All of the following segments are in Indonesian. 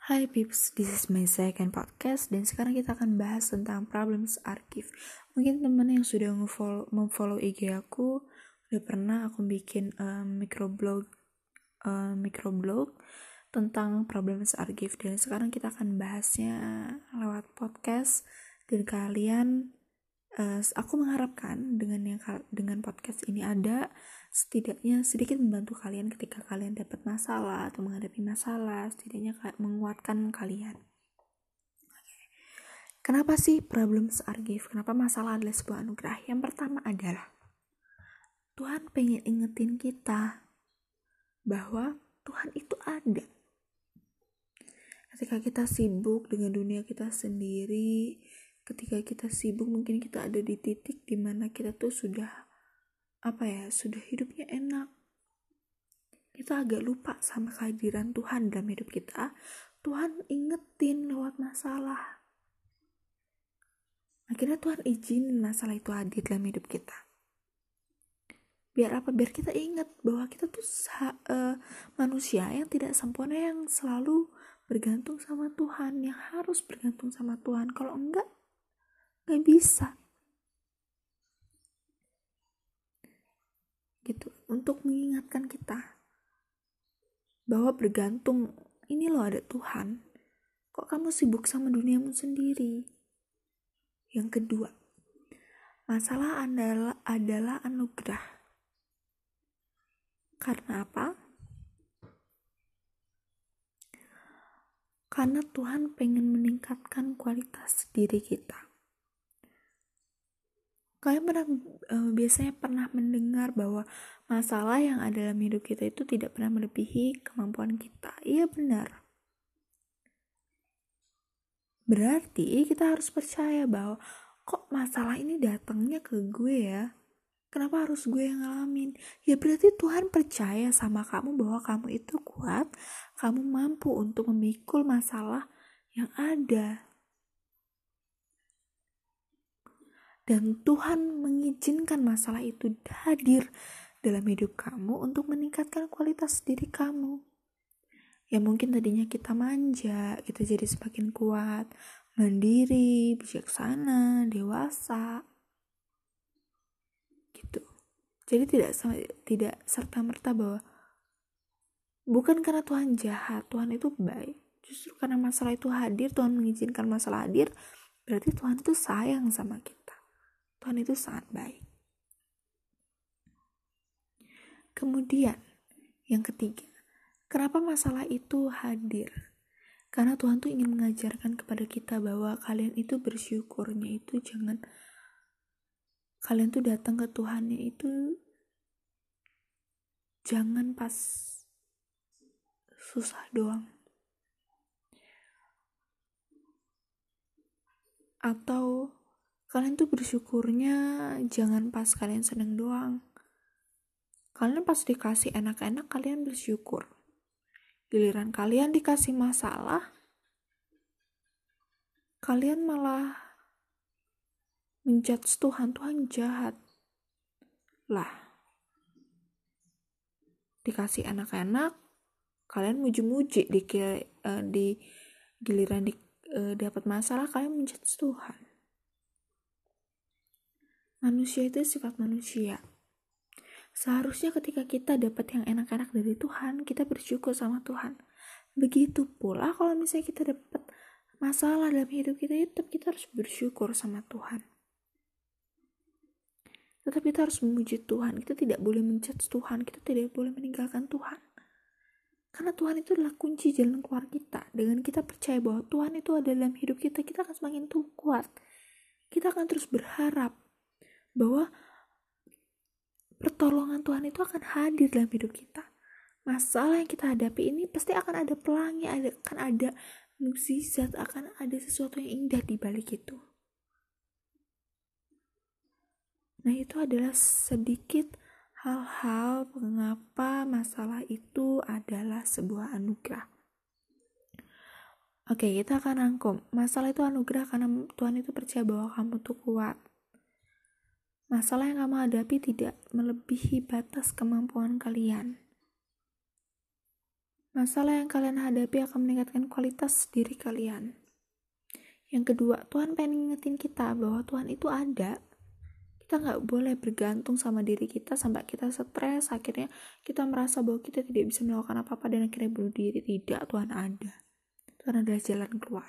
Hai peeps, this is my second podcast dan sekarang kita akan bahas tentang problems archive. Mungkin teman yang sudah memfollow IG aku udah pernah aku bikin microblog tentang problems archive dan sekarang kita akan bahasnya lewat podcast dan kalian aku mengharapkan dengan podcast ini ada setidaknya sedikit membantu kalian ketika kalian dapat masalah atau menghadapi masalah, setidaknya menguatkan kalian. Kenapa sih problems archive? Kenapa masalah adalah sebuah anugerah? Yang pertama adalah Tuhan pengen ingetin kita bahwa Tuhan itu ada. Ketika kita sibuk dengan dunia kita sendiri, ketika kita sibuk mungkin kita ada di titik dimana kita tuh sudah hidupnya enak, kita agak lupa sama kehadiran Tuhan dalam hidup kita. Tuhan ingetin lewat masalah, akhirnya Tuhan izinin masalah itu hadir dalam hidup kita. Biar apa? Biar kita ingat bahwa kita tuh manusia yang tidak sempurna, yang selalu bergantung sama Tuhan, yang harus bergantung sama Tuhan. Kalau enggak bisa gitu, untuk mengingatkan kita bahwa bergantung ini loh, ada Tuhan. Kok kamu sibuk sama duniamu sendiri? Yang kedua, masalah adalah anugerah. Karena apa? Karena Tuhan pengen meningkatkan kualitas diri kita. Kalian biasanya pernah mendengar bahwa masalah yang ada dalam hidup kita itu tidak pernah melebihi kemampuan kita. Iya, benar. Berarti kita harus percaya bahwa kok masalah ini datangnya ke gue ya? Kenapa harus gue yang ngalamin? Ya berarti Tuhan percaya sama kamu bahwa kamu itu kuat, kamu mampu untuk memikul masalah yang ada. Dan Tuhan mengizinkan masalah itu hadir dalam hidup kamu untuk meningkatkan kualitas diri kamu. Ya mungkin tadinya kita manja, kita jadi semakin kuat, mandiri, bijaksana, dewasa. Gitu. Jadi tidak serta-merta bahwa bukan karena Tuhan jahat, Tuhan itu baik. Justru karena masalah itu hadir, Tuhan mengizinkan masalah hadir, berarti Tuhan itu sayang sama kita. Tuhan itu sangat baik. Kemudian, yang ketiga, kenapa masalah itu hadir? Karena Tuhan tuh ingin mengajarkan kepada kita bahwa kalian itu bersyukurnya itu jangan, kalian tuh datang ke Tuhannya itu jangan pas susah doang. Atau kalian tuh bersyukurnya jangan pas kalian seneng doang. Kalian pas dikasih enak-enak kalian bersyukur. Giliran kalian dikasih masalah, kalian malah menjudge Tuhan jahat. Lah, dikasih enak-enak, kalian muji-muji, di giliran dapat masalah kalian menjudge Tuhan. Manusia itu sifat manusia. Seharusnya ketika kita dapat yang enak-enak dari Tuhan, kita bersyukur sama Tuhan. Begitu pula kalau misalnya kita dapat masalah dalam hidup kita, tetap kita harus bersyukur sama Tuhan. Tetap kita harus memuji Tuhan. Kita tidak boleh menjudge Tuhan. Kita tidak boleh meninggalkan Tuhan. Karena Tuhan itu adalah kunci jalan keluar kita. Dengan kita percaya bahwa Tuhan itu ada dalam hidup kita, kita akan semakin kuat. Kita akan terus berharap bahwa pertolongan Tuhan itu akan hadir dalam hidup kita. Masalah yang kita hadapi ini pasti akan ada pelangi, akan ada mukjizat, akan ada sesuatu yang indah di balik itu. Nah, itu adalah sedikit hal-hal mengapa masalah itu adalah sebuah anugerah. Oke, kita akan rangkum. Masalah itu anugerah karena Tuhan itu percaya bahwa kamu tuh kuat. Masalah yang kamu hadapi tidak melebihi batas kemampuan kalian. Masalah yang kalian hadapi akan meningkatkan kualitas diri kalian. Yang kedua, Tuhan pengen ngingetin kita bahwa Tuhan itu ada. Kita nggak boleh bergantung sama diri kita sampai kita stres, akhirnya kita merasa bahwa kita tidak bisa melakukan apa-apa dan akhirnya bunuh diri. Tidak, Tuhan ada. Tuhan adalah jalan keluar.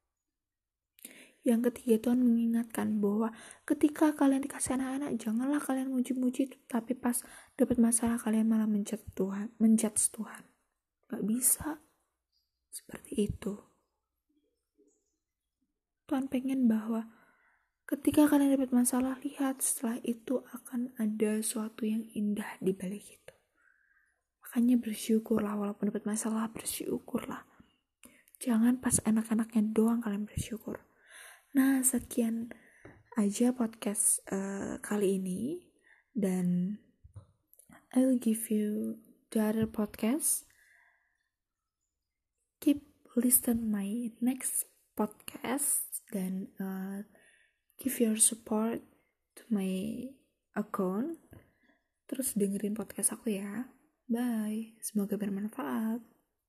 Yang ketiga, Tuhan mengingatkan bahwa ketika kalian dikasih anak-anak, janganlah kalian muji-muji, tapi pas dapat masalah kalian malah menjudge Tuhan. Gak bisa seperti itu. Tuhan pengen bahwa ketika kalian dapat masalah, lihat setelah itu akan ada sesuatu yang indah di balik itu. Makanya bersyukurlah, walaupun dapat masalah, bersyukurlah. Jangan pas enak-enaknya doang kalian bersyukur. Nah, sekian aja podcast kali ini, dan I will give you the other podcast. Keep listen my next podcast dan give your support to my account. Terus dengerin podcast aku ya. Bye. Semoga bermanfaat.